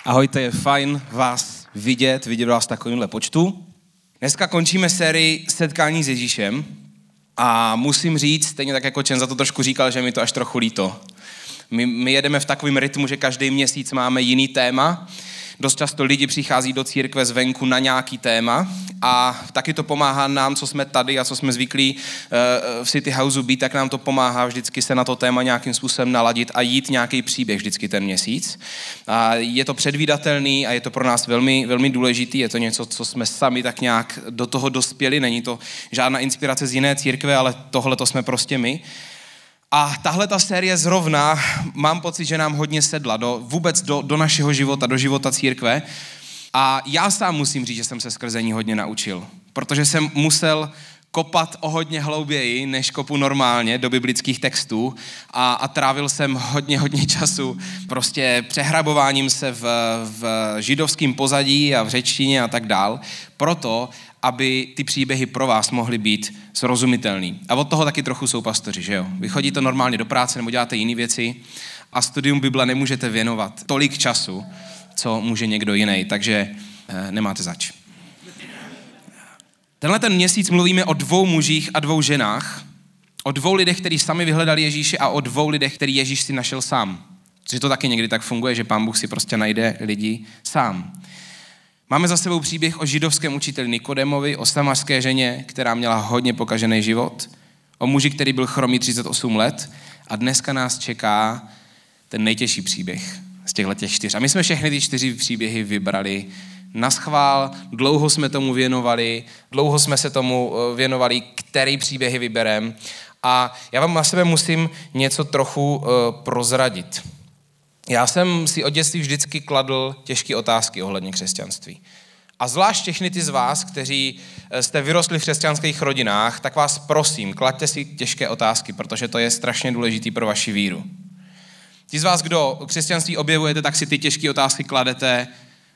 Ahojte, je fajn vás vidět vás v takovémhle počtu. Dneska končíme sérii Setkání s Ježíšem a musím říct, stejně tak jako Čen za to trošku říkal, že mi to až trochu líto. My jedeme v takovém rytmu, že každý měsíc máme jiný téma. Dost často lidi přichází do církve zvenku na nějaký téma a taky to pomáhá nám, co jsme tady a co jsme zvyklí v City Houseu být, tak nám to pomáhá vždycky se na to téma nějakým způsobem naladit a jít nějaký příběh vždycky ten měsíc. A je to předvídatelný a je to pro nás velmi, velmi důležitý, je to něco, co jsme sami tak nějak do toho dospěli, není to žádná inspirace z jiné církve, ale tohle to jsme prostě my. A tahle ta série zrovna, mám pocit, že nám hodně sedla do našeho života, do života církve. A já sám musím říct, že jsem se skrze ní hodně naučil. Protože jsem musel kopat o hodně hlouběji, než kopu normálně do biblických textů. A trávil jsem hodně času prostě přehrabováním se v židovském pozadí a v řečtině a tak dál. Proto, aby ty příběhy pro vás mohly být srozumitelný. A od toho taky trochu jsou pastoři, že jo? Vy chodíte normálně do práce nebo děláte jiné věci a studium Bible nemůžete věnovat tolik času, co může někdo jiný, takže nemáte zač. Tenhle ten měsíc mluvíme o 2 mužích a 2 ženách, o 2 lidech, kteří sami vyhledali Ježíše a o 2 lidech, který Ježíš si našel sám. Protože to taky někdy tak funguje, že Pán Bůh si prostě najde lidi sám. Máme za sebou příběh o židovském učiteli Nikodemovi, o samařské ženě, která měla hodně pokažený život, o muži, který byl chromý 38 let a dneska nás čeká ten nejtěžší příběh z těchto 4. A my jsme všechny ty 4 příběhy vybrali naschvál, dlouho jsme tomu věnovali, který příběhy vyberem. A já vám na sebe musím něco trochu prozradit. Já jsem si od dětství vždycky kladl těžké otázky ohledně křesťanství. A zvlášť všechny ty z vás, kteří jste vyrostli v křesťanských rodinách, tak vás prosím, klaďte si těžké otázky, protože to je strašně důležitý pro vaši víru. Ti z vás, kdo křesťanství objevujete, tak si ty těžké otázky kladete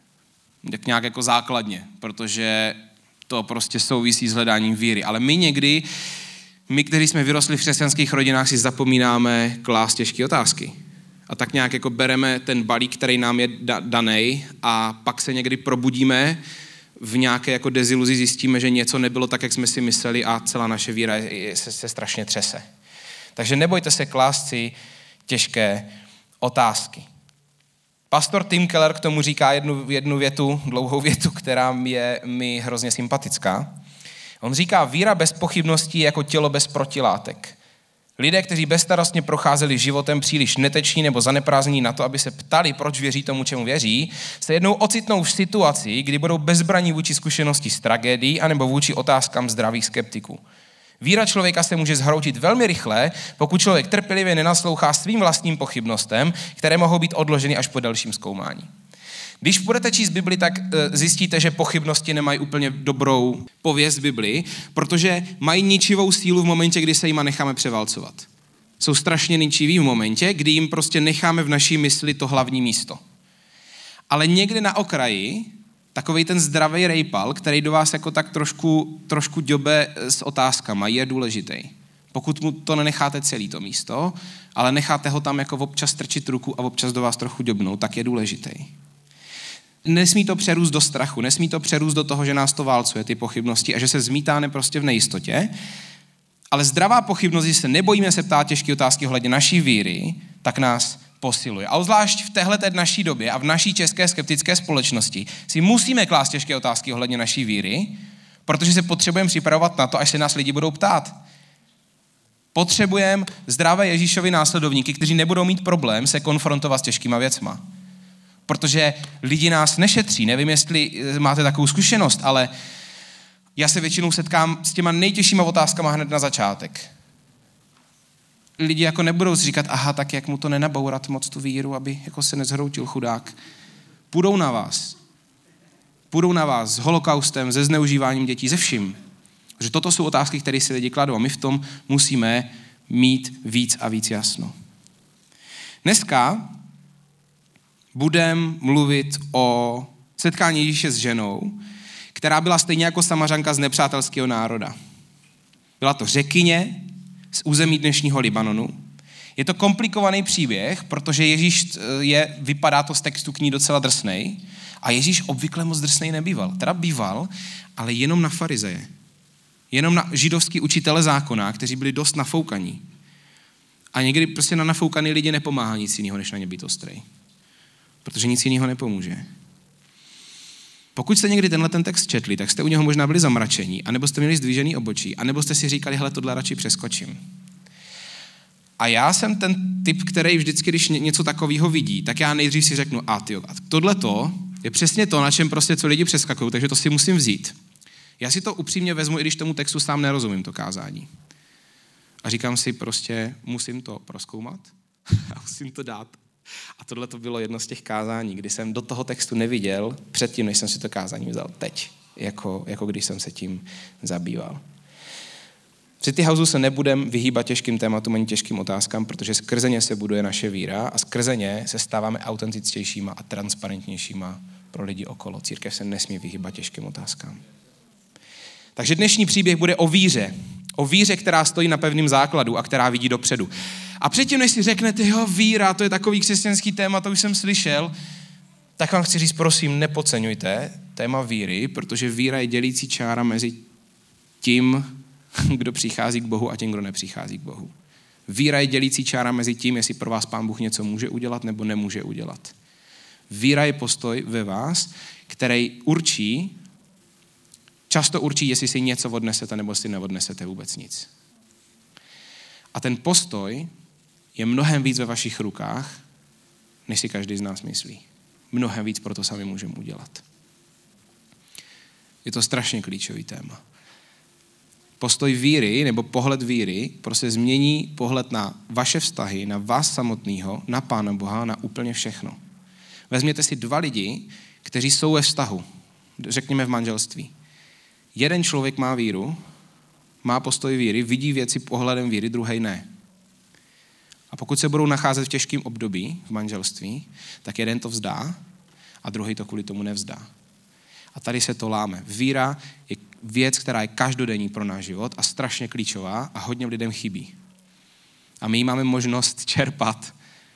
tak nějak jako základně, protože to prostě souvisí s hledáním víry. Ale my, kteří jsme vyrostli v křesťanských rodinách, si zapomínáme klást těžké otázky. A tak nějak jako bereme ten balík, který nám je daný a pak se někdy probudíme v nějaké jako deziluzi, zjistíme, že něco nebylo tak, jak jsme si mysleli a celá naše víra se strašně třese. Takže nebojte se klást si těžké otázky. Pastor Tim Keller k tomu říká jednu větu, dlouhou větu, která je mi hrozně sympatická. On říká, víra bez pochybností je jako tělo bez protilátek. Lidé, kteří bezstarostně procházeli životem příliš neteční nebo zaneprázdnění na to, aby se ptali, proč věří tomu, čemu věří, se jednou ocitnou v situaci, kdy budou bezbraní vůči zkušenosti z tragédií anebo vůči otázkám zdravých skeptiků. Víra člověka se může zhroutit velmi rychle, pokud člověk trpělivě nenaslouchá svým vlastním pochybnostem, které mohou být odloženy až po dalším zkoumání. Když budete číst Bibli, tak zjistíte, že pochybnosti nemají úplně dobrou pověst Bibli, protože mají ničivou sílu v momentě, kdy se jima necháme převálcovat. Jsou strašně ničiví v momentě, kdy jim prostě necháme v naší mysli to hlavní místo. Ale někde na okraji, takovej ten zdravý rejpal, který do vás jako tak trošku ďobe s otázkama, je důležitý. Pokud mu to nenecháte celý to místo, ale necháte ho tam jako občas strčit ruku a občas do vás trochu ďobnout, tak je důležitý. Nesmí to přerůst do strachu, nesmí to přerůst do toho, že nás to válcuje, ty pochybnosti, a že se zmítáme prostě v nejistotě, ale zdravá pochybnost, když se nebojíme se ptát těžké otázky ohledně naší víry, tak nás posiluje. A zvlášť v téhleté naší době a v naší české skeptické společnosti si musíme klást těžké otázky ohledně naší víry, protože se potřebujeme připravovat na to, až se nás lidi budou ptát. Potřebujeme zdravé Ježíšovi následovníky, kteří nebudou mít problém se konfrontovat s těžkýma věcma. Protože lidi nás nešetří. Nevím, jestli máte takovou zkušenost, ale já se většinou setkám s těma nejtěžšíma otázkama hned na začátek. Lidi jako nebudou si říkat, aha, tak jak mu to nenabourat moc tu víru, aby jako se nezhroutil chudák. Půjdou na vás s holokaustem, se zneužíváním dětí, ze vším. Protože toto jsou otázky, které si lidi kladou a my v tom musíme mít víc a víc jasno. Dneska budeme mluvit o setkání Ježíše s ženou, která byla stejně jako Samařanka z nepřátelského národa. Byla to Řekyně z území dnešního Libanonu. Je to komplikovaný příběh, protože Ježíš vypadá to z textu k ní docela drsnej a Ježíš obvykle moc drsnej nebýval. Teda býval, ale jenom na farizeje. Jenom na židovský učitele zákona, kteří byli dost nafoukaní. A někdy prostě na nafoukaný lidi nepomáhá nic jiného, než na ně být ostrej. Protože nic jiného nepomůže. Pokud jste někdy tenhle ten text četli, tak jste u něho možná byli zamračení, anebo jste měli zdvížený obočí, anebo jste si říkali, hele, tohle radši přeskočím. A já jsem ten typ, který vždycky, když něco takového vidí, tak já nejdřív si řeknu, tohleto je přesně to, na čem prostě co lidi přeskakují, takže to si musím vzít. Já si to upřímně vezmu, i když tomu textu sám nerozumím, to kázání. A říkám si prostě, musím to prozkoumat a musím to dát. A tohle to bylo jedno z těch kázání, kdy jsem do toho textu neviděl předtím, než jsem si to kázání vzal teď, jako když jsem se tím zabýval. V City Houseu se nebudeme vyhýbat těžkým tématům ani těžkým otázkám, protože skrze ně se buduje naše víra a skrze ně se stáváme autentičtějšíma a transparentnějšíma pro lidi okolo. Církev se nesmí vyhýbat těžkým otázkám. Takže dnešní příběh bude o víře. O víře, která stojí na pevném základu a která vidí dopředu. A předtím, než si řeknete, víra, to je takový křesťanský téma, to už jsem slyšel, tak vám chci říct, prosím, nepodceňujte téma víry, protože víra je dělící čára mezi tím, kdo přichází k Bohu a tím, kdo nepřichází k Bohu. Víra je dělící čára mezi tím, jestli pro vás Pán Bůh něco může udělat nebo nemůže udělat. Víra je postoj ve vás, který často určí, jestli si něco odnesete nebo si neodnesete vůbec nic. A ten postoj je mnohem víc ve vašich rukách, než si každý z nás myslí. Mnohem víc proto sami můžeme udělat. Je to strašně klíčový téma. Postoj víry nebo pohled víry prostě změní pohled na vaše vztahy, na vás samotného, na Pána Boha, na úplně všechno. Vezměte si 2 lidi, kteří jsou ve vztahu, řekněme v manželství. Jeden člověk má víru, má postoj víry, vidí věci pohledem víry, druhej ne. A pokud se budou nacházet v těžkém období v manželství, tak jeden to vzdá a druhý to kvůli tomu nevzdá. A tady se to láme. Víra je věc, která je každodenní pro náš život a strašně klíčová a hodně lidem chybí. A my máme možnost čerpat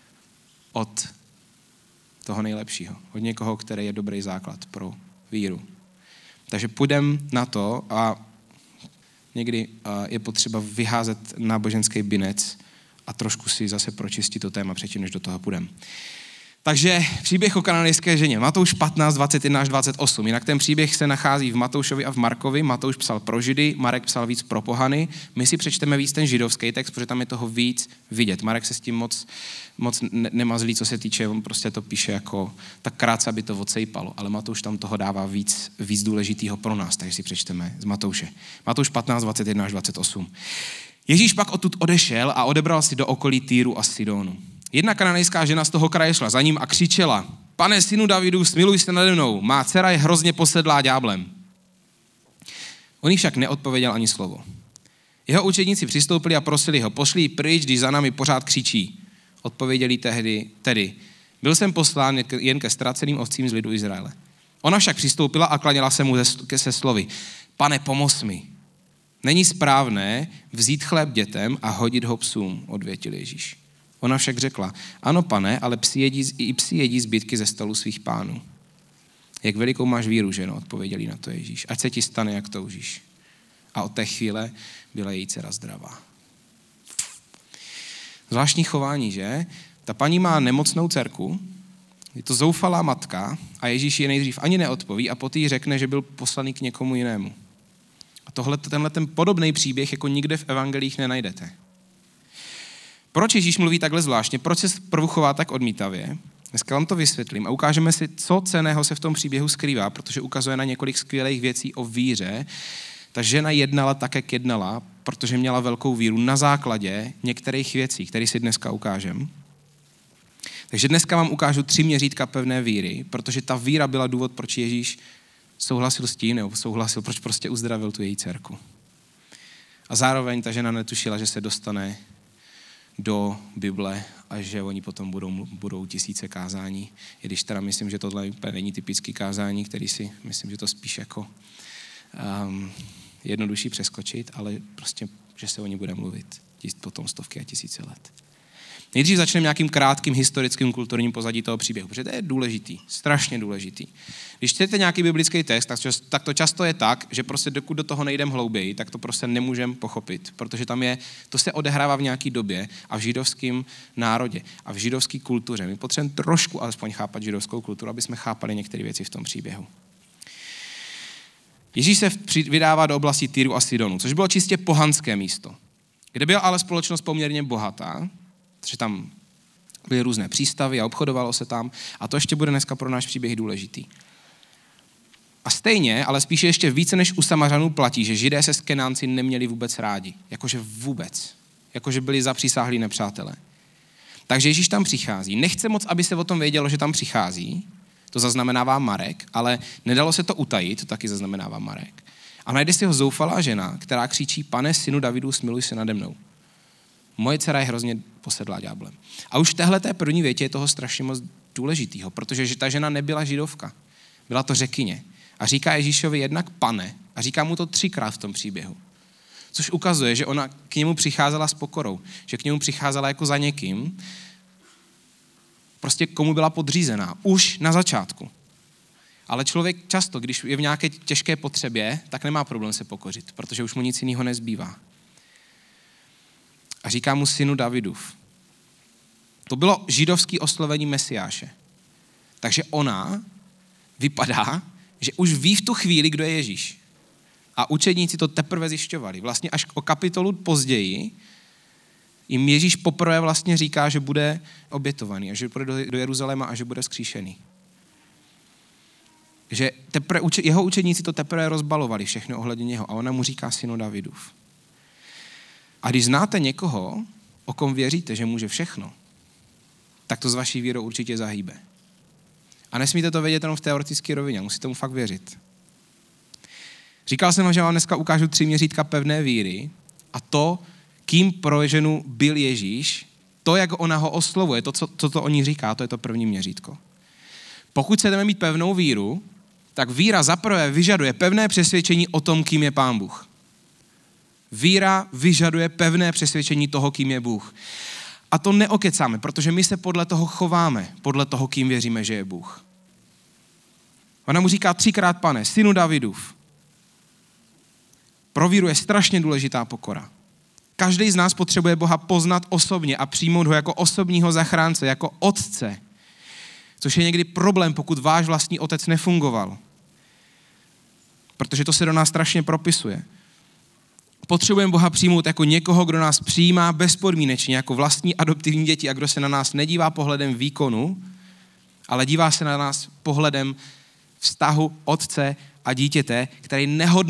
od toho nejlepšího. Od někoho, který je dobrý základ pro víru. Takže půjdeme na to a někdy je potřeba vyházet náboženský binec a trošku si zase pročistit to téma předtím, než do toho půjdeme. Takže příběh o kananejské ženě. Matouš 15, 21 až 28. Jinak ten příběh se nachází v Matoušovi a v Markovi. Matouš psal pro Židy, Marek psal víc pro pohany. My si přečteme víc ten židovský text, protože tam je toho víc vidět. Marek se s tím moc nemazlí, co se týče, on prostě to píše jako tak krátce, aby to odsejpalo. Ale Matouš tam toho dává víc důležitýho pro nás, takže si přečteme z Matouše. Matouš 15, 21 až 28. Ježíš pak odtud odešel a odebral si do okolí Týru a Sidonu. Jedna kananejská žena z toho kraje šla za ním a křičela: Pane, synu Davidu, smiluj se nade mnou, má dcera je hrozně posedlá ďáblem. On jí však neodpověděl ani slovo. Jeho učedníci přistoupili a prosili ho: Pošli ji pryč, když za námi pořád křičí. Odpověděli tedy: Byl jsem poslán jen ke ztraceným ovcím z lidu Izraele. Ona však přistoupila a klaněla se mu se slovy: Pane, pomoz mi. Není správné vzít chléb dětem a hodit ho psům, odvětil Ježíš. Ona však řekla: Ano, pane, ale i psi jedí zbytky ze stolu svých pánů. Jak velikou máš víru, ženo, odpověděli na to Ježíš. Ať se ti stane, jak toužíš. A od té chvíle byla její dcera zdravá. Zvláštní chování, že? Ta paní má nemocnou dcerku, je to zoufalá matka a Ježíš ji nejdřív ani neodpoví a poté jí řekne, že byl poslaný k někomu jinému. A tenhle ten podobný příběh jako nikde v evangelích nenajdete. Proč Ježíš mluví takhle zvláštně? Proč se zprvu chová tak odmítavě? Dneska vám to vysvětlím a ukážeme si, co cenného se v tom příběhu skrývá, protože ukazuje na několik skvělých věcí o víře. Ta žena jednala tak, jak jednala, protože měla velkou víru na základě některých věcí, které si dneska ukážeme. Takže dneska vám ukážu 3 měřítka pevné víry, protože ta víra byla důvod, proč Ježíš souhlasil s tím, nebo proč prostě uzdravil tu její dcerku. A zároveň ta žena netušila, že se dostane do Bible a že oni potom budou tisíce kázání. I když teda myslím, že tohle úplně není typický kázání, který si myslím, že to spíš jako jednodušší přeskočit, ale prostě, že se o ní bude mluvit potom stovky a tisíce let. Nejdřív začneme nějakým krátkým historickým kulturním pozadí toho příběhu, protože to je důležitý, strašně důležitý. Když čtete nějaký biblický text, tak to často je tak, že prostě dokud do toho nejdeme hlouběji, tak to prostě nemůžeme pochopit, protože to se odehrává v nějaký době a v židovském národě a v židovské kultuře. My potřebujeme trošku alespoň chápat židovskou kulturu, aby jsme chápali některé věci v tom příběhu. Ježíš se vydává do oblasti Týru a Sidonu, což bylo čistě pohanské místo, kde byla ale společnost poměrně bohatá, protože tam byly různé přístavy a obchodovalo se tam a to ještě bude dneska pro náš příběh důležitý. A stejně, ale spíše ještě více než u Samařanů platí, že Židé se s Kenánci neměli vůbec rádi. Jakože vůbec. Jakože byli zapřísáhlí nepřátelé. Takže Ježíš tam přichází. Nechce moc, aby se o tom vědělo, že tam přichází. To zaznamenává Marek, ale nedalo se to utajit, to taky zaznamenává Marek. A najde si ho zoufalá žena, která křičí: Pane, synu Davidu, smiluj se nade mnou. Moje dcera je hrozně posedlá ďáblem. A už v téhleté první větě je toho strašně moc důležitýho, protože ta žena nebyla židovka. Byla to Řekyně. A říká Ježíšovi jednak Pane a říká mu to 3krát v tom příběhu. Což ukazuje, že ona k němu přicházela s pokorou, že k němu přicházela jako za někým, prostě komu byla podřízená, už na začátku. Ale člověk často, když je v nějaké těžké potřebě, tak nemá problém se pokořit, protože už mu nic jiného nezbývá. A říká mu synu Davidův. To bylo židovské oslovení Mesiáše. Takže ona vypadá, že už ví v tu chvíli, kdo je Ježíš. A učedníci to teprve zjišťovali. Vlastně až o kapitolu později jim Ježíš poprvé vlastně říká, že bude obětovaný a že bude do Jeruzaléma a že bude vzkříšený. Že jeho učedníci to teprve rozbalovali všechno ohledně něho a ona mu říká synu Davidův. A když znáte někoho, o kom věříte, že může všechno, tak to s vaší vírou určitě zahýbe. A nesmíte to vědět jenom v teoretické rovině, musíte mu fakt věřit. Říkal jsem vám, že vám dneska ukážu 3 měřítka pevné víry a to, kým pro ženu byl Ježíš, to, jak ona ho oslovuje, to, co o ní říká, to je to první měřítko. Pokud chceme mít pevnou víru, tak víra zaprvé vyžaduje pevné přesvědčení o tom, kým je Pán Bůh. Víra vyžaduje pevné přesvědčení toho, kým je Bůh. A to neokecáme, protože my se podle toho chováme, podle toho, kým věříme, že je Bůh. Ona mu říká 3krát Pane, synu Davidův. Pro víru je strašně důležitá pokora. Každý z nás potřebuje Boha poznat osobně a přijmout ho jako osobního zachránce, jako otce. Což je někdy problém, pokud váš vlastní otec nefungoval. Protože to se do nás strašně propisuje. Potřebujeme Boha přijmout jako někoho, kdo nás přijímá bezpodmínečně, jako vlastní adoptivní děti a kdo se na nás nedívá pohledem výkonu, ale dívá se na nás pohledem vztahu otce a dítěte, který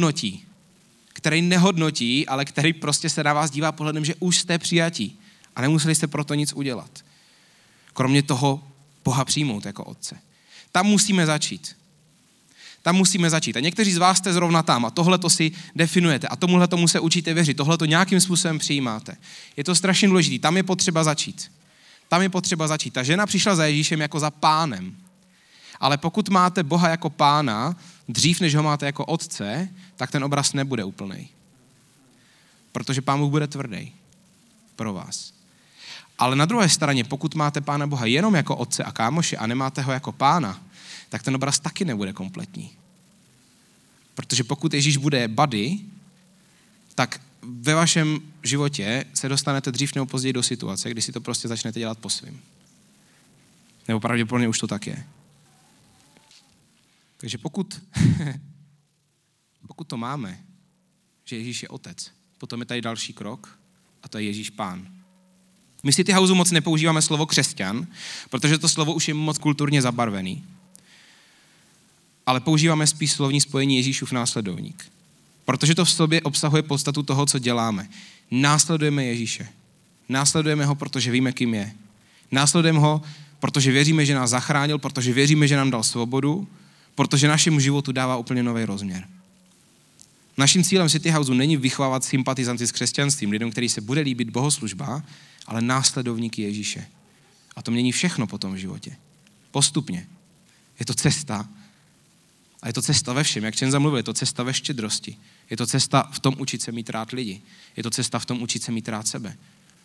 nehodnotí, ale který prostě se na vás dívá pohledem, že už jste přijatí a nemuseli jste proto nic udělat. Kromě toho Boha přijmout jako otce. Tam musíme začít. A někteří z vás jste zrovna tam a tohle to si definujete a tomuhle tomu se učíte věřit, tohle to nějakým způsobem přijímáte. Je to strašně důležité, tam je potřeba začít. Ta žena přišla za Ježíšem jako za pánem. Ale pokud máte Boha jako pána, dřív než ho máte jako otce, tak ten obraz nebude úplnej. Protože Pán Bůh bude tvrdý pro vás. Ale na druhé straně, pokud máte Pána Boha jenom jako otce a kámoše a nemáte ho jako pána, tak ten obraz taky nebude kompletní. Protože pokud Ježíš bude buddy, tak ve vašem životě se dostanete dřív nebo později do situace, kdy si to prostě začnete dělat po svým. Nebo pravděpodobně už to tak je. Takže pokud to máme, že Ježíš je otec, potom je tady další krok a to je Ježíš Pán. My si ty Houseu moc nepoužíváme slovo křesťan, protože to slovo už je moc kulturně zabarvený. Ale používáme spíš slovní spojení Ježíšův následovník. Protože to v sobě obsahuje podstatu toho, co děláme. Následujeme Ježíše. Následujeme ho, protože víme, kým je. Následujeme ho, protože věříme, že nás zachránil, protože věříme, že nám dal svobodu, protože našemu životu dává úplně nový rozměr. Naším cílem City Houseu není vychovávat sympatizanty s křesťanstvím, lidem, který se bude líbit bohoslužba, ale následovníky Ježíše. A to mění všechno potom v životě. Postupně. Je to cesta. A je to cesta ve všem, jak Čenza mluvil, je to cesta ve štědrosti. Je to cesta v tom učit se mít rád lidi. Je to cesta v tom učit se mít rád sebe.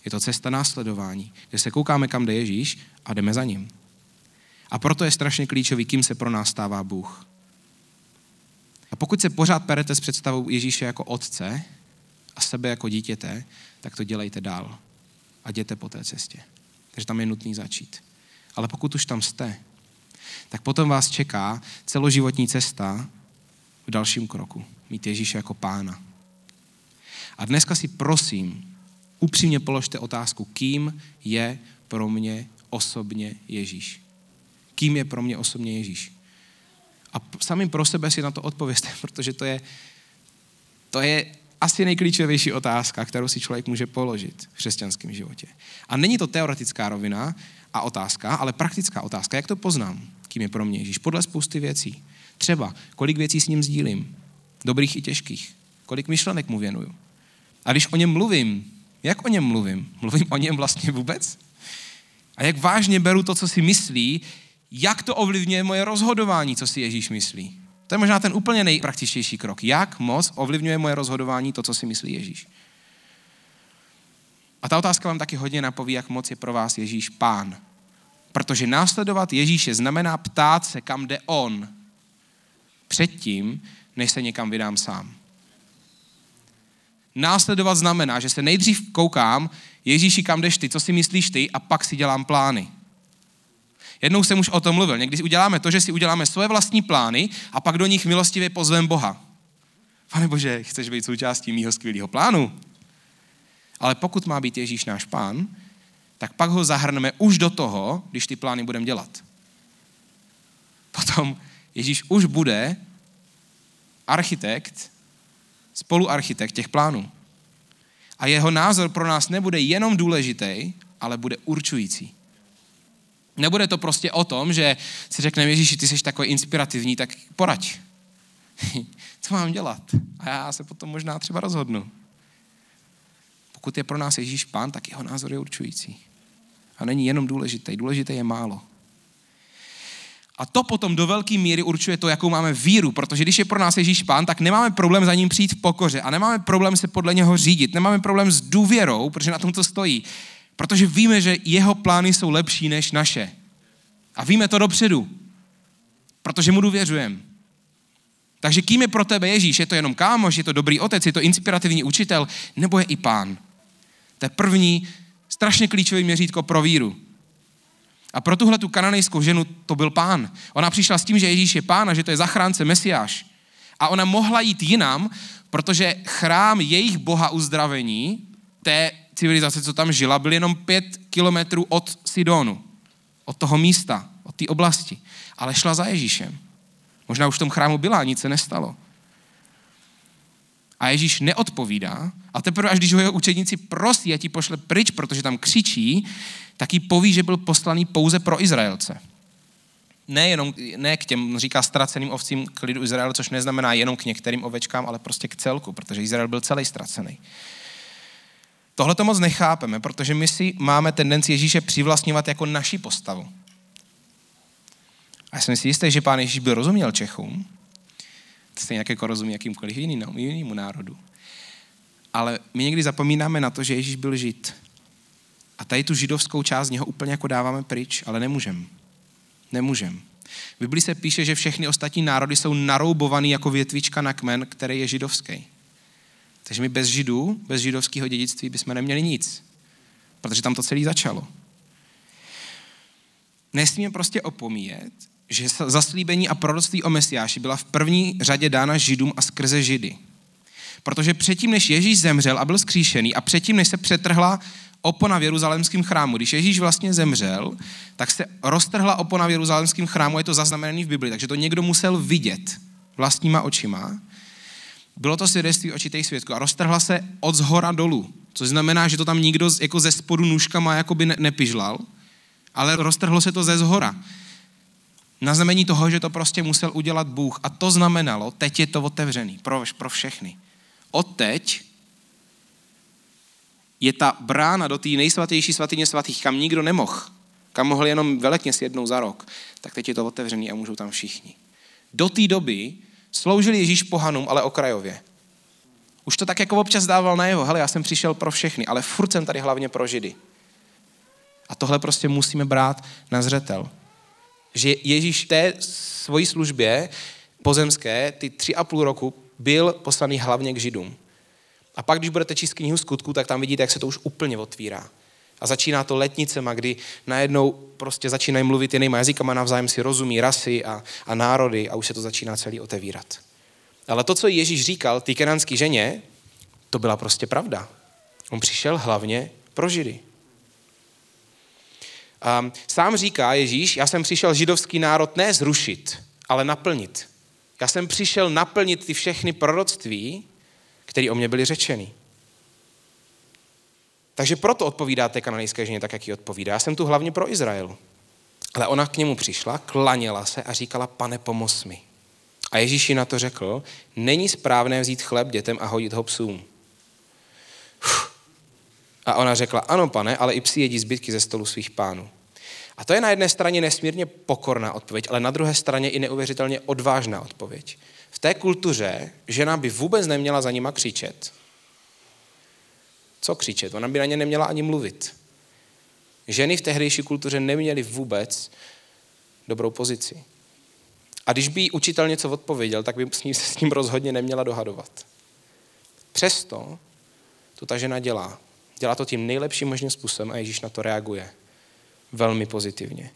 Je to cesta následování, kde se koukáme, kam jde Ježíš a jdeme za ním. A proto je strašně klíčový, kým se pro nás stává Bůh. A pokud se pořád perete s představou Ježíše jako otce a sebe jako dítěte, tak to dělejte dál. A jděte po té cestě. Takže tam je nutný začít. Ale pokud už tam jste, tak potom vás čeká celoživotní cesta v dalším kroku. Mít Ježíše jako pána. A dneska si prosím, upřímně položte otázku, kým je pro mě osobně Ježíš. Kým je pro mě osobně Ježíš? A sami pro sebe si na to odpovězte, protože to je asi nejklíčovější otázka, kterou si člověk může položit v křesťanském životě. A není to teoretická rovina a otázka, ale praktická otázka. Jak to poznám, kým je pro mě Ježíš? Podle spousty věcí. Třeba, kolik věcí s ním sdílím, dobrých i těžkých, kolik myšlenek mu věnuju. A když o něm mluvím, jak o něm mluvím? Mluvím o něm vlastně vůbec? A jak vážně beru to, co si myslí, jak to ovlivňuje moje rozhodování, co si Ježíš myslí? To je možná ten úplně nejpraktičtější krok. Jak moc ovlivňuje moje rozhodování to, co si myslí Ježíš? A ta otázka vám taky hodně napoví, jak moc je pro vás Ježíš pán. Protože následovat Ježíše znamená ptát se, kam jde on, předtím, než se někam vydám sám. Následovat znamená, že se nejdřív koukám, Ježíši, kam jdeš ty, co si myslíš ty, a pak si dělám plány. Jednou jsem už o tom mluvil. Někdy uděláme to, že si uděláme svoje vlastní plány a pak do nich milostivě pozveme Boha. Pane Bože, chceš být součástí mýho skvělého plánu? Ale pokud má být Ježíš náš pán, tak pak ho zahrneme už do toho, když ty plány budeme dělat. Potom Ježíš už bude architekt, spoluarchitekt těch plánů. A jeho názor pro nás nebude jenom důležitý, ale bude určující. Nebude to prostě o tom, že si řekneme, Ježíši, ty jsi takový inspirativní, tak poraď. Co mám dělat? A já se potom možná třeba rozhodnu. Pokud je pro nás Ježíš pán, tak jeho názor je určující. A není jenom důležitý. Důležitý je málo. A to potom do velké míry určuje to, jakou máme víru, protože když je pro nás Ježíš pán, tak nemáme problém za ním přijít v pokoře a nemáme problém se podle něho řídit, nemáme problém s důvěrou, protože na tom to stojí. Protože víme, že jeho plány jsou lepší než naše. A víme to dopředu, protože mu důvěřujeme. Takže kým je pro tebe Ježíš? Je to jenom kámoš, je to dobrý otec, je to inspirativní učitel, nebo je i pán? To je první strašně klíčový měřítko pro víru. A pro tuhle tu kananejskou ženu to byl pán. Ona přišla s tím, že Ježíš je pán a že to je zachránce, Mesiáš. A ona mohla jít jinam, protože chrám jejich boha uzdravení, té civilizace, co tam žila, byl jenom 5 kilometrů od Sidonu, od toho místa, od té oblasti. Ale šla za Ježíšem. Možná už v tom chrámu byla, nic se nestalo. A Ježíš neodpovídá, a teprve až když ho jeho učedníci prosí a ti pošle pryč, protože tam křičí, tak jí poví, že byl poslaný pouze pro Izraelce. Ne k těm, říká, ztraceným ovcím k lidu Izraele, což neznamená jenom k některým ovečkám, ale prostě k celku, protože Izrael byl celý ztracený. Tohle to moc nechápeme, protože my si máme tendenci Ježíše přivlastňovat jako naši postavu. A jsem si jistý, že pán Ježíš by rozuměl Čechům, stejně jako rozumí jakýmkoliv jinému národu. Ale my někdy zapomínáme na to, že Ježíš byl Žid. A tady tu židovskou část z něho úplně jako dáváme pryč, ale nemůžeme. V Biblii se píše, že všechny ostatní národy jsou naroubovaný jako větvička na kmen, který je židovský. Takže my bez Židů, bez židovského dědictví bychom neměli nic. Protože tam to celé začalo. Nesmíme prostě opomíjet, že zaslíbení a proroctví o Mesiáši byla v první řadě dána Židům a skrze Židy. Protože předtím, než Ježíš zemřel a byl vzkříšený a předtím, než se přetrhla opona v Jeruzalémském chrámu, když Ježíš vlastně zemřel, tak se roztrhla opona v Jeruzalémském chrámu, je to zaznamenané v Biblii, takže to někdo musel vidět vlastníma očima. Bylo to svědectví očitých svědků a roztrhla se od zhora dolů, což znamená, že to tam nikdo jako ze spodu nůžkama jakoby nepižlal, ale roztrhlo se to ze zhora. Na znamení toho, že to prostě musel udělat Bůh. A to znamenalo, teď je to otevřený pro všechny. Odteď je ta brána do té nejsvatější svatyně svatých, kam nikdo nemohl, kam mohl jenom velekněz jednou za rok, tak teď je to otevřený a můžou tam všichni. Do té doby sloužil Ježíš pohanům, ale okrajově. Už to tak jako občas dával najevo, hele, já jsem přišel pro všechny, ale furt jsem tady hlavně pro Židy. A tohle prostě musíme brát na zřetel. Že Ježíš v té svojí službě pozemské, ty 3,5 roku, byl poslaný hlavně k Židům. A pak, když budete číst knihu Skutků, tak tam vidíte, jak se to už úplně otvírá. A začíná to letnicema, kdy najednou prostě začínají mluvit jinýma jazykama, navzájem si rozumí rasy a národy a už se to začíná celý otevírat. Ale to, co Ježíš říkal té kenánské ženě, to byla prostě pravda. On přišel hlavně pro Židy. Sám říká Ježíš, já jsem přišel židovský národ ne zrušit, ale naplnit. Já jsem přišel naplnit ty všechny proroctví, které o mě byly řečeny. Takže proto odpovídá té kananejské ženě tak, jak jí odpovídá. Já jsem tu hlavně pro Izrael. Ale ona k němu přišla, klaněla se a říkala, Pane, pomoz mi. A Ježíš jí na to řekl, není správné vzít chléb dětem a hodit ho psům. A ona řekla, ano, Pane, ale i psi jedí zbytky ze stolu svých pánů. A to je na jedné straně nesmírně pokorná odpověď, ale na druhé straně i neuvěřitelně odvážná odpověď. V té kultuře žena by vůbec neměla za nima křičet. Co křičet? Ona by na ně neměla ani mluvit. Ženy v tehdejší kultuře neměly vůbec dobrou pozici. A když by jí učitel něco odpověděl, tak by se s ním rozhodně neměla dohadovat. Přesto to ta žena dělá. Dělá to tím nejlepším možným způsobem a Ježíš na to reaguje velmi pozitivně.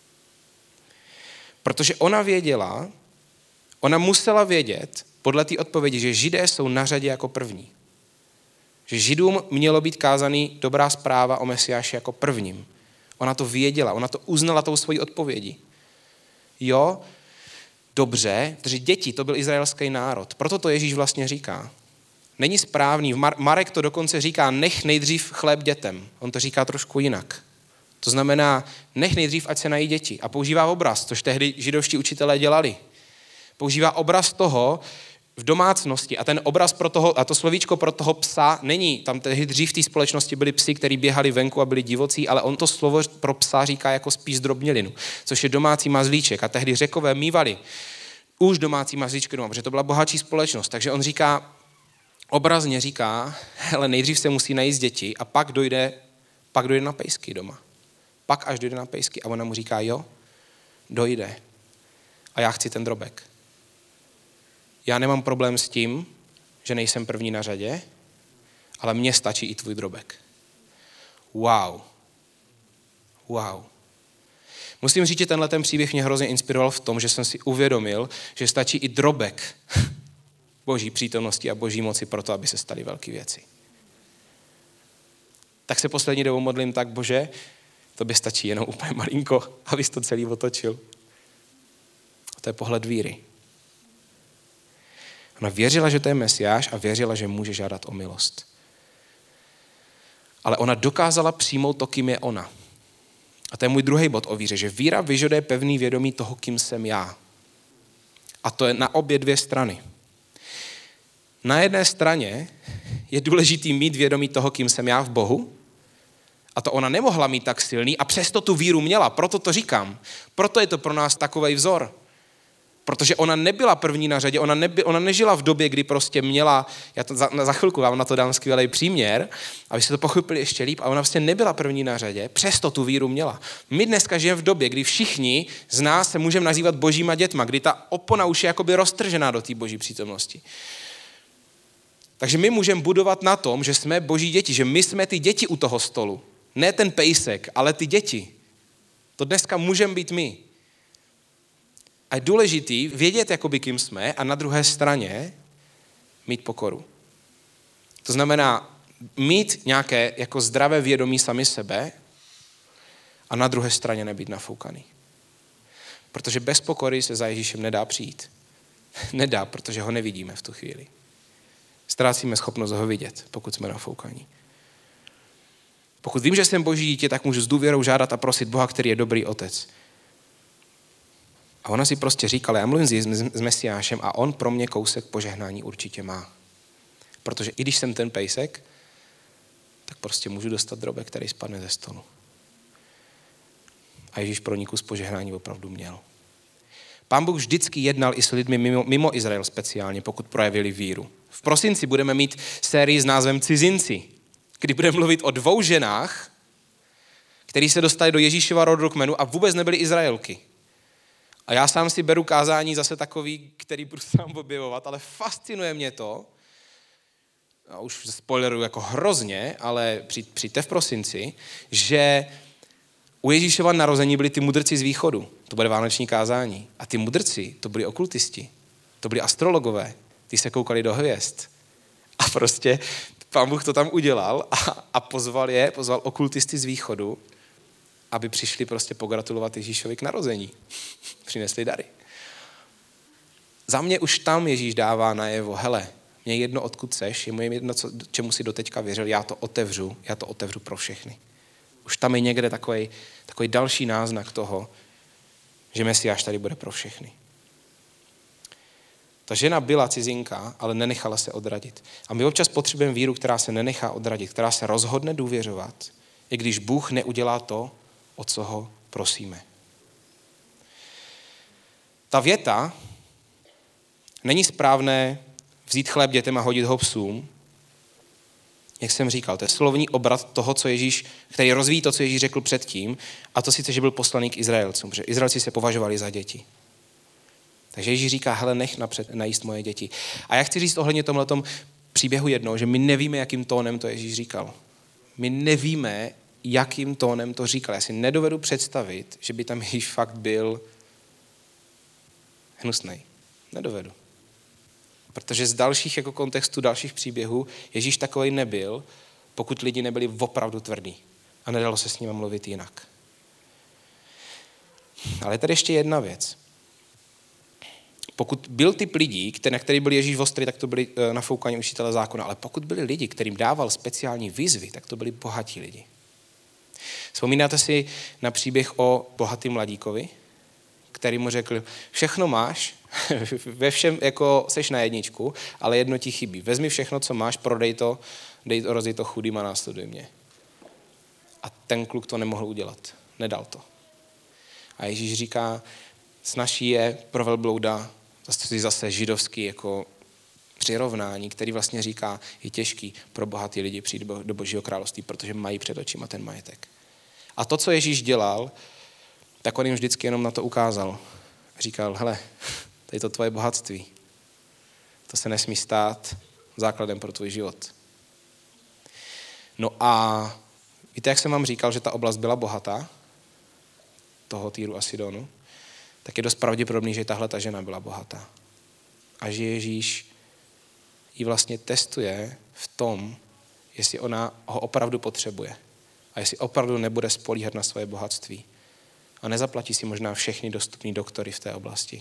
Protože ona musela vědět podle té odpovědi, že Židé jsou na řadě jako první. Že Židům mělo být kázaný dobrá zpráva o Mesiáši jako prvním. Ona to věděla, ona to uznala tou svojí odpovědí. Jo, dobře, protože děti, to byl izraelský národ. Proto to Ježíš vlastně říká. Není správný. Marek to dokonce říká, nech nejdřív chléb dětem. On to říká trošku jinak. To znamená, nech nejdřív, ať se nají děti. A používá obraz, což tehdy židovští učitelé dělali. Používá obraz toho v domácnosti a ten obraz pro toho, a to slovíčko pro toho psa není, tam tehdy dřív v té společnosti byli psi, kteří běhali venku a byli divocí, ale on to slovo pro psa říká jako spíš zdrobnělinu, což je domácí mazlíček. A tehdy Řekové mívali už domácí mazlíčky doma, protože to byla bohatší společnost. Takže on říká, obrazně říká, hele, nejdřív se musí najíst děti a pak dojde na pejsky doma. Pak až dojde na pejsky. A ona mu říká, jo, dojde. A já chci ten drobek. Já nemám problém s tím, že nejsem první na řadě, ale mně stačí i tvůj drobek. Wow. Musím říct, že tenhle ten příběh mě hrozně inspiroval v tom, že jsem si uvědomil, že stačí i drobek Boží přítomnosti a Boží moci pro to, aby se staly velké věci. Tak se poslední dobou modlím tak, Bože, to by stačí jenom úplně malinko, abys to celý otočil. A to je pohled víry. Ona věřila, že to je Mesiáš a věřila, že může žádat o milost. Ale ona dokázala přijmout to, kým je ona. A to je můj druhý bod o víře, že víra vyžaduje pevný vědomí toho, kým jsem já. A to je na obě dvě strany. Na jedné straně je důležitý mít vědomí toho, kým jsem já v Bohu, a to ona nemohla mít tak silný a přesto tu víru měla, proto to říkám. Proto je to pro nás takovej vzor. Protože ona nebyla první na řadě, ona nežila v době, kdy prostě měla, já to za chvilku vám na to dám skvělý příměr, abyste to pochopili ještě líp, a ona vlastně nebyla první na řadě, přesto tu víru měla. My dneska žijeme v době, kdy všichni z nás se můžeme nazývat božíma dětma, kdy ta opona už je jakoby roztržená do té boží přítomnosti. Takže my můžeme budovat na tom, že jsme boží děti, že my jsme ty děti u toho stolu. Ne ten pejsek, ale ty děti. To dneska můžeme být my. A je důležitý vědět, jakoby kým jsme, a na druhé straně mít pokoru. To znamená mít nějaké jako zdravé vědomí sami sebe a na druhé straně nebýt nafoukaný. Protože bez pokory se za Ježíšem nedá přijít. Nedá, protože ho nevidíme v tu chvíli. Ztrácíme schopnost ho vidět, pokud jsme nafoukaní. Pokud vím, že jsem boží dítě, tak můžu s důvěrou žádat a prosit Boha, který je dobrý otec. A ona si prostě říkala, já mluvím s Mesiášem a on pro mě kousek požehnání určitě má. Protože i když jsem ten pejsek, tak prostě můžu dostat drobek, který spadne ze stolu. A Ježíš pro ní kus požehnání opravdu měl. Pán Bůh vždycky jednal i s lidmi mimo Izrael speciálně, pokud projevili víru. V prosinci budeme mít sérii s názvem Cizinci, kdy budeme mluvit o 2 ženách, který se dostali do Ježíšova rodu kmenu a vůbec nebyly Izraelky. A já sám si beru kázání zase takový, který budu sám objevovat, ale fascinuje mě to, a už spoileruju jako hrozně, ale přijďte v prosinci, že u Ježíšova narození byli ty mudrci z východu. To bude vánoční kázání. A ty mudrci, to byli okultisti. To byli astrologové. Ty se koukali do hvězd. A prostě Pán Bůh to tam udělal a pozval okultisty z východu, aby přišli prostě pogratulovat Ježíšovi k narození. Přinesli dary. Za mě už tam Ježíš dává najevo, hele, mě jedno, odkud seš, je mu jedno, čemu si doteďka věřil, já to otevřu pro všechny. Už tam je někde takový další náznak toho, že Mesiáš tady bude pro všechny. Ta žena byla cizinka, ale nenechala se odradit. A my občas potřebujeme víru, která se nenechá odradit, která se rozhodne důvěřovat, i když Bůh neudělá to, o co ho prosíme. Ta věta, není správné vzít chléb dětem a hodit ho psům, jak jsem říkal, to je slovní obrat toho, co Ježíš, který rozvíjí to, co Ježíš řekl předtím, a to sice, že byl poslaný k Izraelcům, protože Izraelci se považovali za děti. Takže Ježíš říká, hele, nech napřed najíst moje děti. A já chci říct ohledně tomhletom příběhu jednou, že my nevíme, jakým tónem to Ježíš říkal. My nevíme, jakým tónem to říkal. Já si nedovedu představit, že by tam Ježíš fakt byl hnusnej. Nedovedu. Protože z dalších jako kontextů, dalších příběhů Ježíš takovej nebyl, pokud lidi nebyli opravdu tvrdí. A nedalo se s nimi mluvit jinak. Ale je tady ještě jedna věc. Pokud byl typ lidí, na který byl Ježíš ostrý, tak to byli nafoukaní učitelé zákona. Ale pokud byli lidi, kterým dával speciální výzvy, tak to byli bohatí lidi. Vzpomínáte si na příběh o bohatým mladíkovi, který mu řekl, všechno máš, ve všem jako seš na jedničku, ale jedno ti chybí. Vezmi všechno, co máš, prodej to, rozdej to chudým a následuj mě. A ten kluk to nemohl udělat. Nedal to. A Ježíš říká, snazší je pro velblouda, zase židovský jako přirovnání, který vlastně říká, je těžký pro bohatý lidi přijít do Božího království, protože mají před očima ten majetek. A to, co Ježíš dělal, tak on jim vždycky jenom na to ukázal. Říkal, hele, tady to tvoje bohatství. To se nesmí stát základem pro tvůj život. No a víte, jak jsem vám říkal, že ta oblast byla bohatá, toho Týru a Sidonu, tak je dost pravděpodobný, že tahle ta žena byla bohatá. A že Ježíš ji vlastně testuje v tom, jestli ona ho opravdu potřebuje. A jestli opravdu nebude spolíhat na svoje bohatství. A nezaplatí si možná všechny dostupný doktory v té oblasti.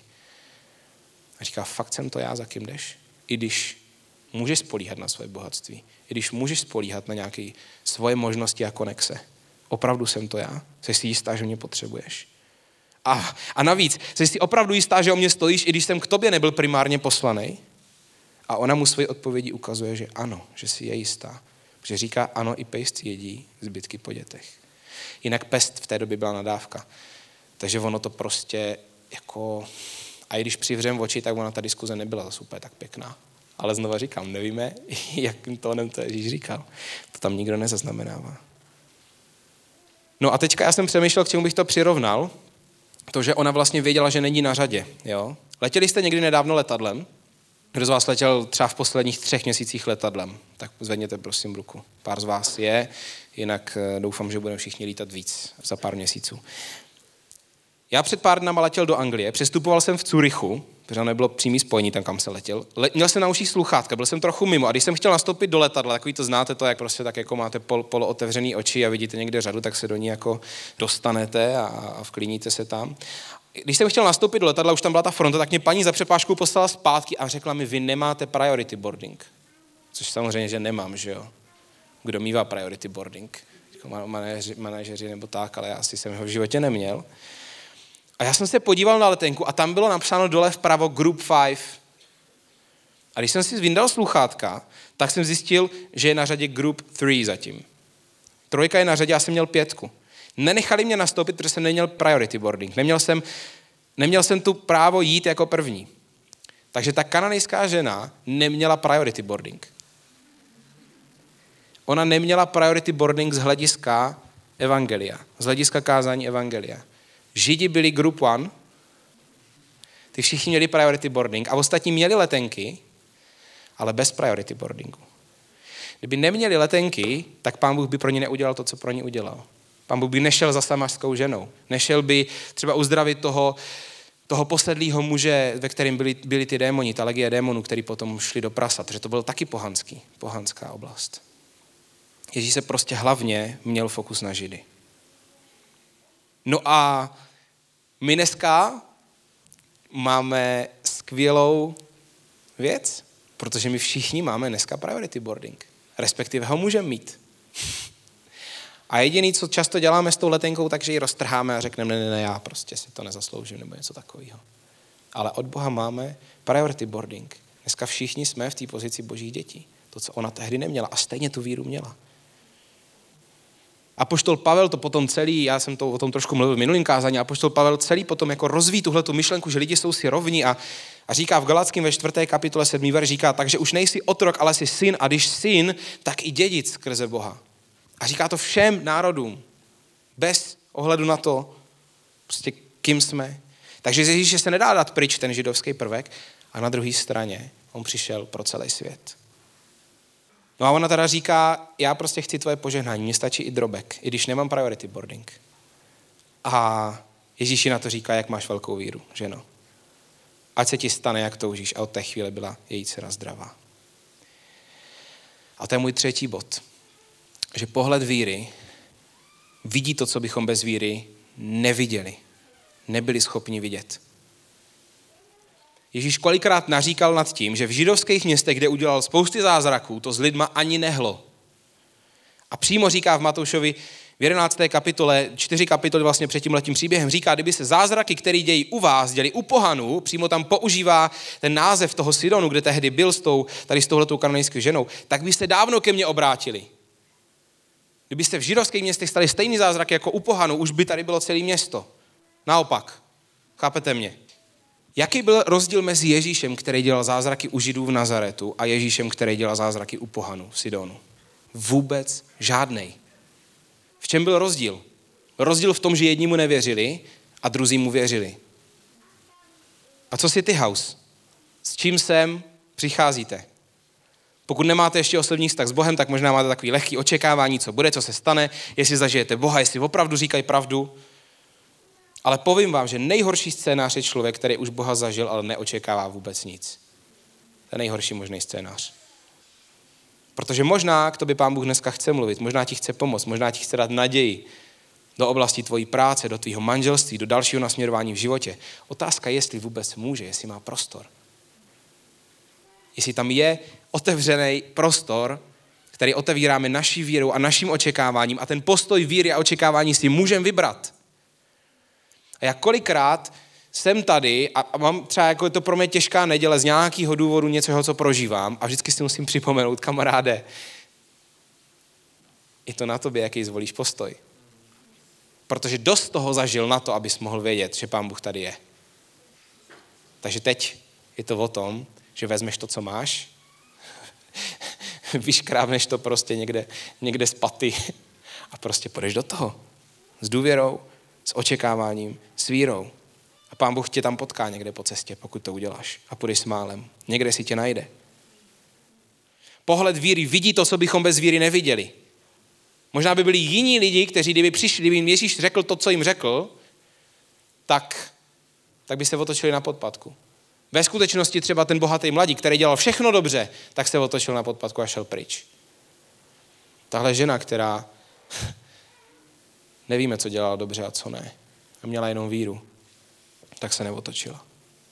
A říká, fakt jsem to já, za kým jdeš? I když můžeš spolíhat na svoje bohatství. I když můžeš spolíhat na nějaké svoje možnosti a konexe. Opravdu jsem to já? Jsi si jistá, že mě potřebuješ? A navíc, jsi si opravdu jistá, že o mě stojíš, i když jsem k tobě nebyl primárně poslaný? A ona mu svoji odpovědi ukazuje, že ano, že si je jistá. Protože říká, ano, i pejsci jedí zbytky po dětech. Jinak pest v té době byla nadávka. Takže ono to prostě jako... A i když přivřem oči, tak ona ta diskuze nebyla zase úplně tak pěkná. Ale znova říkám, nevíme, jakým tónem to Ježíš říkal. To tam nikdo nezaznamenává. No a teďka já jsem přemýšlel, k čemu bych to přirovnal. To, že ona vlastně věděla, že není na řadě. Jo? Letěli jste někdy nedávno letadlem? Kdo z vás letěl třeba v posledních 3 měsících letadlem? Tak zvedněte prosím ruku. Pár z vás je, jinak doufám, že budeme všichni lítat víc za pár měsíců. Já před pár dnama letěl do Anglie, přestupoval jsem v Curychu, protože nebylo přímý spojení tam, kam se letěl. Měl jsem na uších sluchátka, byl jsem trochu mimo a když jsem chtěl nastoupit do letadla, takový to znáte to, jak prostě tak jako máte polootevřený oči a vidíte někde řadu, tak se do ní jako dostanete a vklíníte se tam. Když jsem chtěl nastoupit do letadla, už tam byla ta fronta, tak mě paní za přepážkou poslala zpátky a řekla mi, vy nemáte priority boarding. Což samozřejmě, že nemám, že jo. Kdo mívá priority boarding? Jako manažeři nebo tak, ale já asi jsem ho v životě neměl. A já jsem se podíval na letenku a tam bylo napsáno dole vpravo Group 5. A když jsem si vyndal sluchátka, tak jsem zjistil, že je na řadě Group 3 zatím. 3 je na řadě, já jsem měl 5. Nenechali mě nastoupit, protože jsem neměl priority boarding. Neměl jsem neměl jsem tu právo jít jako první. Takže ta kananejská žena neměla priority boarding. Ona neměla priority boarding z hlediska evangelia, z hlediska kázání evangelia. Židi byli group one, ty všichni měli priority boarding a ostatní měli letenky, ale bez priority boardingu. Kdyby neměli letenky, tak Pán Bůh by pro ně neudělal to, co pro ně udělal. Pán Bůh by nešel za samařskou ženou. Nešel by třeba uzdravit toho posedlého muže, ve kterém byli ty démoni, ta legie démonů, který potom šli do prasat, protože to byl taky pohanská oblast. Ježíš se prostě hlavně měl fokus na Židy. No a my dneska máme skvělou věc, protože my všichni máme dneska priority boarding. Respektive ho můžeme mít. A jediný, co často děláme s tou letenkou, takže ji roztrháme a řekneme, ne, já prostě si to nezasloužím, nebo něco takového. Ale od Boha máme priority boarding. Dneska všichni jsme v té pozici božích dětí. To, co ona tehdy neměla a stejně tu víru měla. Apoštol Pavel to potom celý, já jsem o tom trošku mluvil v minulém kázání, apoštol Pavel celý potom jako rozvíjí tuhletu myšlenku, že lidi jsou si rovní a říká v Galackém ve 4. kapitole 7. verš, říká, takže už nejsi otrok, ale jsi syn a když syn, tak i dědic skrze Boha. A říká to všem národům, bez ohledu na to, prostě kým jsme. Takže z Ježíše se nedá dát pryč ten židovský prvek a na druhé straně on přišel pro celý svět. No a ona teda říká, já prostě chci tvoje požehnání, mně stačí i drobek, i když nemám priority boarding. A Ježíši na to říká, jak máš velkou víru, ženo. Ať se ti stane, jak toužíš. A od té chvíle byla její dcera zdravá. A to je můj třetí bod. Že pohled víry vidí to, co bychom bez víry neviděli. Nebyli schopni vidět. Ježíš kolikrát naříkal nad tím, že v židovských městech, kde udělal spousty zázraků, to s lidma ani nehlo. A přímo říká v Matoušovi v 11. kapitole, 4 kapitoly vlastně před tímhletím příběhem, říká, kdyby se zázraky, které dějí u vás, děli u pohanů, přímo tam používá ten název toho Sidonu, kde tehdy byl s touhletou kananejskou ženou, tak by se dávno ke mně obrátili. Kdybyste v židovských městech stali stejný zázraky jako u pohanů, už by tady bylo celé město. Naopak. Chápete mě? Jaký byl rozdíl mezi Ježíšem, který dělal zázraky u Židů v Nazaretu a Ježíšem, který dělal zázraky u pohanů v Sidonu? Vůbec žádnej. V čem byl rozdíl? Rozdíl v tom, že jedni mu nevěřili a druzí mu věřili. A co City House? S čím sem přicházíte? Pokud nemáte ještě osobní vztah s Bohem, tak možná máte takový lehký očekávání, co bude, co se stane, jestli zažijete Boha, jestli opravdu říkají pravdu. Ale povím vám, že nejhorší scénář je člověk, který už Boha zažil, ale neočekává vůbec nic. To je nejhorší možný scénář. Protože možná k tobě Pán Bůh dneska chce mluvit, možná ti chce pomoct, možná ti chce dát naději do oblasti tvojí práce, do tvýho manželství, do dalšího nasměrování v životě. Otázka je, jestli vůbec může, jestli má prostor. Jestli tam je otevřený prostor, který otevíráme naší vírou a naším očekáváním a ten postoj víry a očekávání si můžeme vybrat. A já kolikrát jsem tady a mám třeba, jako je to pro mě těžká neděle z nějakého důvodu něčeho, co prožívám a vždycky si musím připomenout, kamaráde, je to na tobě, jaký zvolíš postoj. Protože dost toho zažil na to, abys mohl vědět, že Pán Bůh tady je. Takže teď je to o tom, že vezmeš to, co máš, vyškrábneš to prostě někde z paty a prostě půjdeš do toho. S důvěrou, s očekáváním, s vírou. A Pán Bůh tě tam potká někde po cestě, pokud to uděláš. A půjdeš s málem. Někde si tě najde. Pohled víry vidí to, co bychom bez víry neviděli. Možná by byli jiní lidi, kteří kdyby jim Ježíš řekl to, co jim řekl, tak by se otočili na podpatku. Ve skutečnosti třeba ten bohatý mladík, který dělal všechno dobře, tak se otočil na podpatku a šel pryč. Tahle žena, která nevíme, co dělala dobře a co ne, a měla jenom víru, tak se neotočila.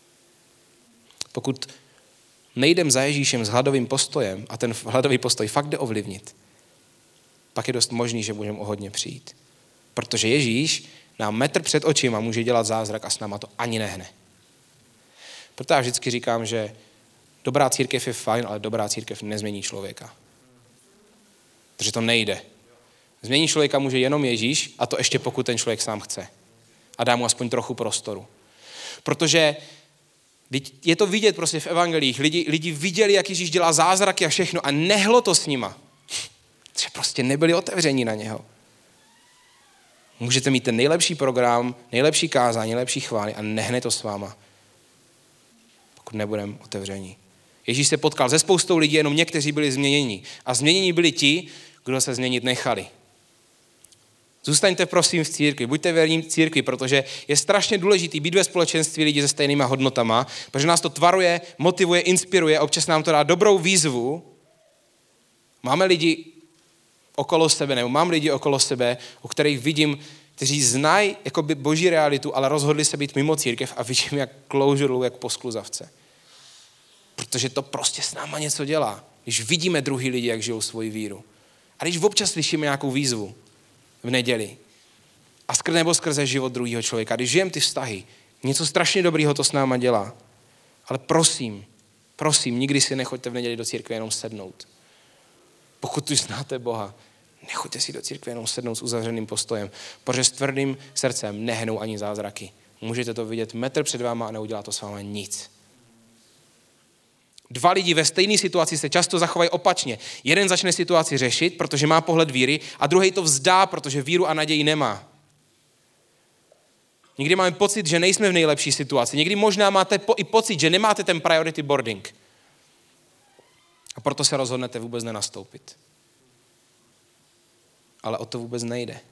Pokud nejdem za Ježíšem s hladovým postojem a ten hladový postoj fakt jde ovlivnit, pak je dost možný, že můžeme o hodně přijít. Protože Ježíš nám metr před očima může dělat zázrak a s náma to ani nehne. Proto já vždycky říkám, že dobrá církev je fajn, ale dobrá církev nezmění člověka. Protože to nejde. Změní člověka může jenom Ježíš a to ještě pokud ten člověk sám chce. A dá mu aspoň trochu prostoru. Protože je to vidět prostě v evangelích. Lidi viděli, jak Ježíš dělá zázraky a všechno a nehlo to s nima. Že prostě nebyli otevření na něho. Můžete mít ten nejlepší program, nejlepší kázání, nejlepší chvály a nehne to s váma, pokud nebudeme otevření. Ježíš se potkal se spoustou lidí, jenom někteří byli změněni. A změněni byli ti, kdo se změnit nechali. Zůstaňte prosím v církvi, buďte věrní církvi, protože je strašně důležitý být ve společenství lidí se stejnýma hodnotama, protože nás to tvaruje, motivuje, inspiruje, občas nám to dá dobrou výzvu. Máme lidi okolo sebe, nebo mám lidi okolo sebe, u kterých vidím, kteří znají jakoby boží realitu, ale rozhodli se být mimo církev a vidím, jak kloužou, jak po skluzavce. Protože to prostě s náma něco dělá, když vidíme druhý lidi, jak žijou svoji víru. A když občas slyšíme nějakou výzvu v neděli a skrze život druhého člověka, když žijeme ty vztahy, něco strašně dobrýho to s náma dělá. Ale prosím, nikdy si nechoďte v neděli do církve jenom sednout. Pokud tu znáte Boha, nechoďte si do církve jenom sednout s uzavřeným postojem, protože s tvrdým srdcem nehnou ani zázraky. Můžete to vidět metr před váma a neudělá to s váma nic. Dva lidi ve stejné situaci se často zachovají opačně. Jeden začne situaci řešit, protože má pohled víry, a druhý to vzdá, protože víru a naději nemá. Někdy máme pocit, že nejsme v nejlepší situaci. Někdy možná máte i pocit, že nemáte ten priority boarding. A proto se rozhodnete vůbec nenastoupit. Ale o to vůbec nejde.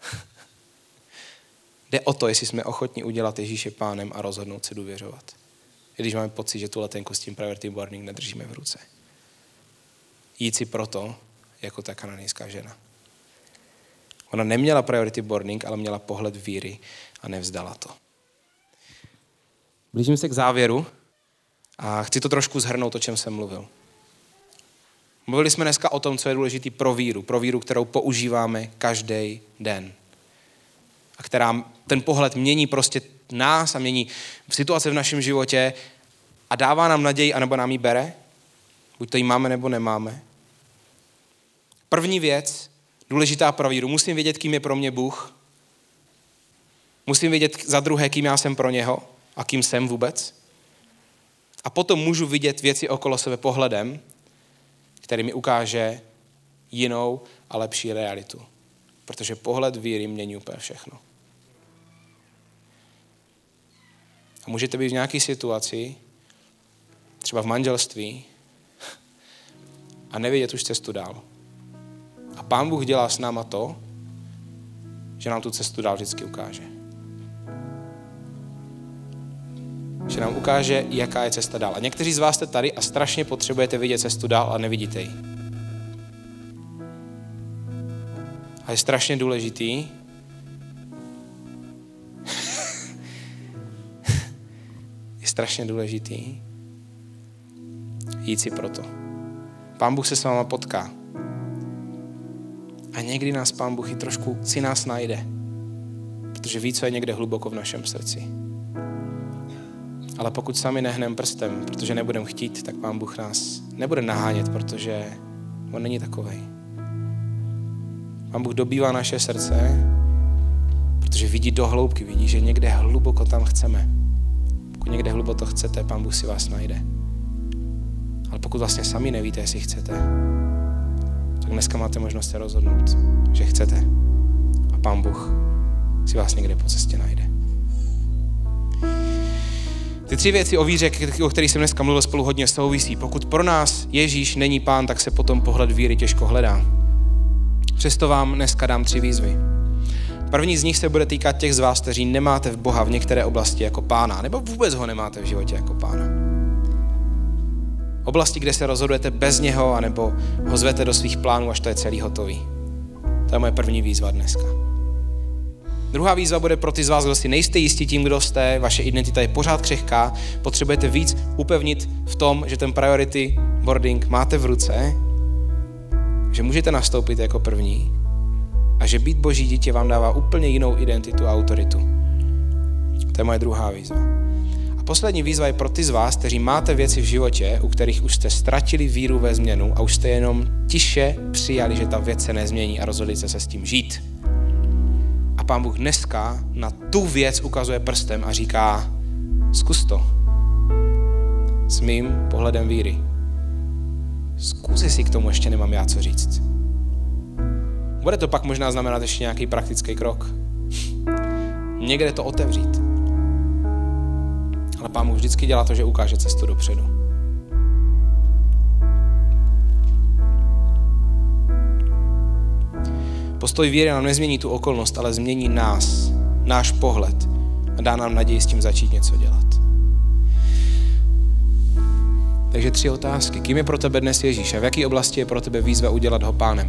Jde o to, jestli jsme ochotni udělat Ježíše pánem a rozhodnout se důvěřovat. I když máme pocit, že tu letenku s tím priority boarding nedržíme v ruce. Jít si proto, jako ta kananejská žena. Ona neměla priority boarding, ale měla pohled víry a nevzdala to. Blížím se k závěru a chci to trošku shrnout, o čem jsem mluvil. Mluvili jsme dneska o tom, co je důležitý pro víru, kterou používáme každý den. A která ten pohled mění prostě nás a mění situace v našem životě a dává nám naději, anebo nám ji bere. Buď to jí máme, nebo nemáme. První věc, důležitá pro víru. Musím vědět, kým je pro mě Bůh. Musím vědět za druhé, kým já jsem pro něho a kým jsem vůbec. A potom můžu vidět věci okolo sebe pohledem, který mi ukáže jinou a lepší realitu. Protože pohled víry mění úplně všechno. A můžete být v nějaké situaci, třeba v manželství, a nevědět už cestu dál. A Pán Bůh dělá s náma to, že nám tu cestu dál vždycky ukáže. Že nám ukáže, jaká je cesta dál. A někteří z vás jste tady a strašně potřebujete vidět cestu dál a nevidíte ji. A je strašně důležitý, jít si proto. Pán Bůh se s váma potká. A někdy nás Pán Bůh i trošku si nás najde. Protože ví, co je někde hluboko v našem srdci. Ale pokud sami nehneme prstem, protože nebudeme chtít, tak Pán Bůh nás nebude nahánět, protože on není takovej. Pán Bůh dobývá naše srdce, protože vidí do hloubky, vidí, že někde hluboko tam chceme. Pokud někde hluboko chcete, Pán Bůh si vás najde. Ale pokud vlastně sami nevíte, jestli chcete, tak dneska máte možnost se rozhodnout, že chcete. A Pán Bůh si vás někde po cestě najde. Ty 3 věci o víře, o kterých jsem dneska mluvil, spolu hodně souvisí. Pokud pro nás Ježíš není Pán, tak se potom pohled víry těžko hledá. Přesto vám dneska dám 3 výzvy. První z nich se bude týkat těch z vás, kteří nemáte v Boha v některé oblasti jako Pána, nebo vůbec ho nemáte v životě jako Pána. Oblasti, kde se rozhodujete bez něho, anebo ho zvete do svých plánů, až to je celý hotový. To je moje první výzva dneska. Druhá výzva bude pro ty z vás, kdo si nejste jistí tím, kdo jste, vaše identita je pořád křehká, potřebujete víc upevnit v tom, že ten priority boarding máte v ruce, že můžete nastoupit jako první a že být Boží dítě vám dává úplně jinou identitu a autoritu. To je moje druhá výzva. A poslední výzva je pro ty z vás, kteří máte věci v životě, u kterých už jste ztratili víru ve změnu a už jste jenom tiše přijali, že ta věc se nezmění a rozhodli jste se s tím žít. A Pán Bůh dneska na tu věc ukazuje prstem a říká, Zkus to. S mým pohledem víry. Zkus, jestli k tomu ještě nemám já co říct. Bude to pak možná znamenat ještě nějaký praktický krok. Někde to otevřít. Ale Pán Bůh vždycky dělá to, že ukáže cestu dopředu. Postoj víry nám nezmění tu okolnost, ale změní nás, náš pohled a dá nám naději s tím začít něco dělat. Takže 3 otázky. Kým je pro tebe dnes Ježíš a v jaké oblasti je pro tebe výzva udělat ho pánem?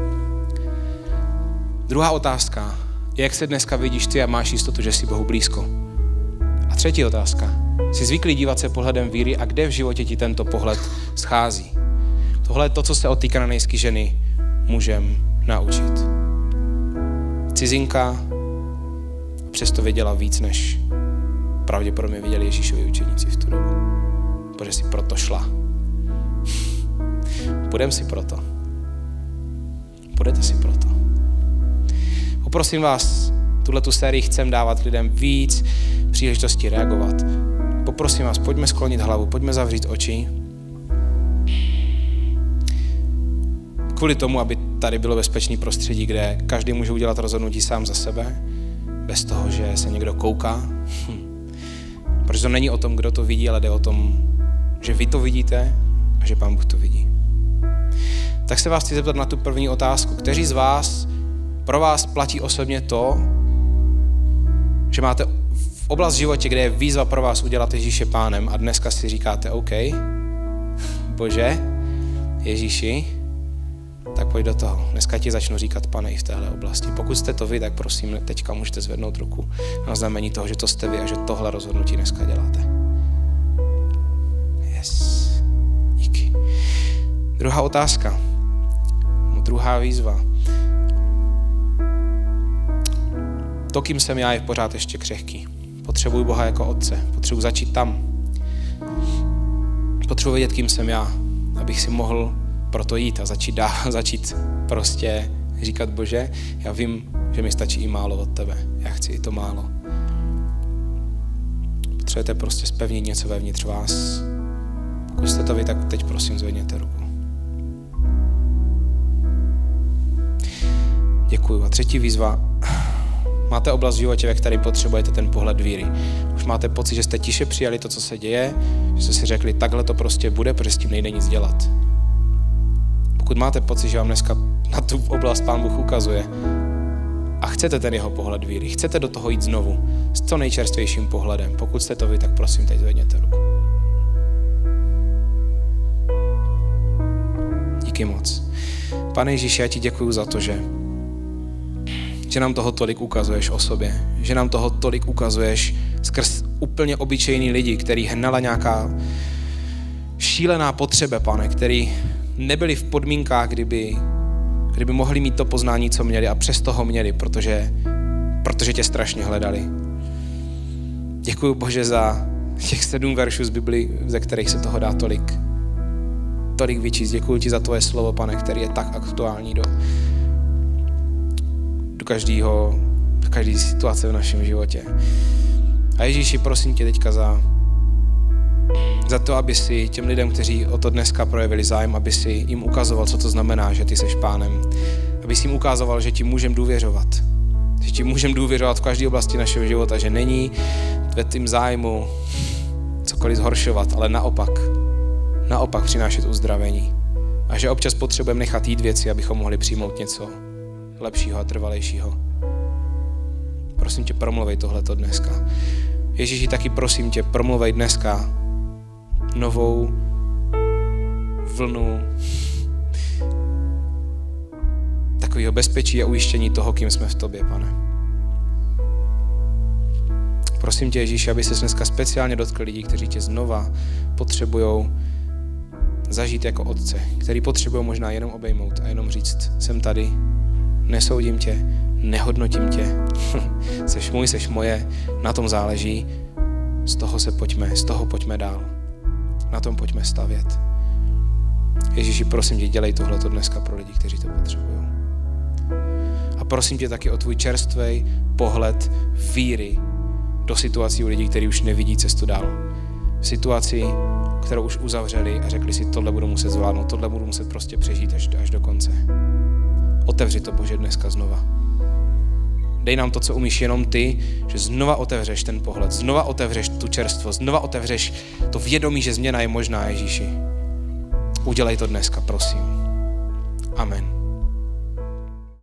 Druhá otázka. Jak se dneska vidíš ty a máš jistotu, že jsi Bohu blízko? A 3. otázka. Jsi zvyklý dívat se pohledem víry a kde v životě ti tento pohled schází? Tohle je to, co se od té kananejské ženy můžeme naučit. Cizinka přesto věděla víc, než pravděpodobně viděli Ježíšovi učeníci v tu dobu. Protože si proto šla. Půjdeme si proto. Půjdete si proto. Poprosím vás, tuhletu sérii chcem dávat lidem víc příležitostí reagovat. Poprosím vás, pojďme sklonit hlavu, pojďme zavřít oči. Kvůli tomu, aby tady bylo bezpečné prostředí, kde každý může udělat rozhodnutí sám za sebe, bez toho, že se někdo kouká. Protože to není o tom, kdo to vidí, ale jde o tom, že vy to vidíte a že Pán Bůh to vidí. Tak se vás chci zeptat na tu první otázku. Kteří z vás, pro vás platí osobně to, že máte v oblast životě, kde je výzva pro vás udělat Ježíše pánem a dneska si říkáte OK, Bože, Ježíši, tak pojď do toho. Dneska ti začnu říkat Pane i v téhle oblasti. Pokud jste to vy, tak prosím, teďka můžete zvednout ruku na znamení toho, že to jste vy a že tohle rozhodnutí dneska děláte. Yes. Díky. Druhá otázka. Druhá výzva. To, kým jsem já, je pořád ještě křehký. Potřebuji Boha jako Otce. Potřebuji začít tam. Potřebuji vědět, kým jsem já, abych si mohl proto jít a začít prostě říkat Bože, já vím, že mi stačí i málo od tebe. Já chci i to málo. Potřebujete prostě zpevnit něco vevnitř vás. Pokud jste to vy, tak teď prosím zvedněte ruku. Děkuju. A 3. výzva. Máte oblast v životě, ve které potřebujete ten pohled víry. Už máte pocit, že jste tiše přijali to, co se děje, že jste si řekli, takhle to prostě bude, protože s tím nejde nic dělat. Pokud máte pocit, že vám dneska na tu oblast Pán Bůh ukazuje a chcete ten jeho pohled víry, chcete do toho jít znovu s co nejčerstvějším pohledem, pokud jste to vy, tak prosím, teď zvedněte ruku. Díky moc. Pane Ježíši, já ti děkuju za to, že nám toho tolik ukazuješ o sobě, že nám toho tolik ukazuješ skrz úplně obyčejný lidi, který hnala nějaká šílená potřeba, Pane, který nebyli v podmínkách, kdyby mohli mít to poznání, co měli a přesto ho měli, protože tě strašně hledali. Děkuju Bože za těch 7 veršů z Bibli, ze kterých se toho dá tolik vyčíst. Děkuju ti za tvoje slovo, Pane, který je tak aktuální do každé situace v našem životě. A Ježíši, prosím tě teďka za to, aby si těm lidem, kteří o to dneska projevili zájem, aby si jim ukazoval, co to znamená, že ty seš pánem. Aby si jim ukazoval, že ti můžem důvěřovat. Že ti můžem důvěřovat v každé oblasti našeho života, že není ve tým zájmu cokoliv zhoršovat, ale naopak přinášet uzdravení. A že občas potřebujeme nechat jít věci, abychom mohli přijmout něco lepšího a trvalejšího. Prosím tě, promluvej tohleto dneska. Ježíši, taky prosím tě, promluvej dneska novou vlnu takového bezpečí a ujištění toho, kým jsme v tobě, Pane. Prosím tě, Ježíši, aby ses dneska speciálně dotkl lidí, kteří tě znova potřebujou zažít jako Otce, který potřebují možná jenom obejmout a jenom říct, jsem tady, nesoudím tě, nehodnotím tě, seš můj, seš moje, na tom záleží, z toho pojďme dál, na tom pojďme stavět. Ježíši, prosím tě, dělej tohleto dneska pro lidi, kteří to potřebují. A prosím tě taky o tvůj čerstvý pohled víry do situací u lidí, kteří už nevidí cestu dál. V situaci, kterou už uzavřeli a řekli si, tohle budu muset zvládnout, tohle budu muset prostě přežít až do konce. Otevři to, Bože, dneska znova. Dej nám to, co umíš jenom ty, že znova otevřeš ten pohled, znova otevřeš tu čerstvost, znova otevřeš to vědomí, že změna je možná, Ježíši. Udělej to dneska, prosím.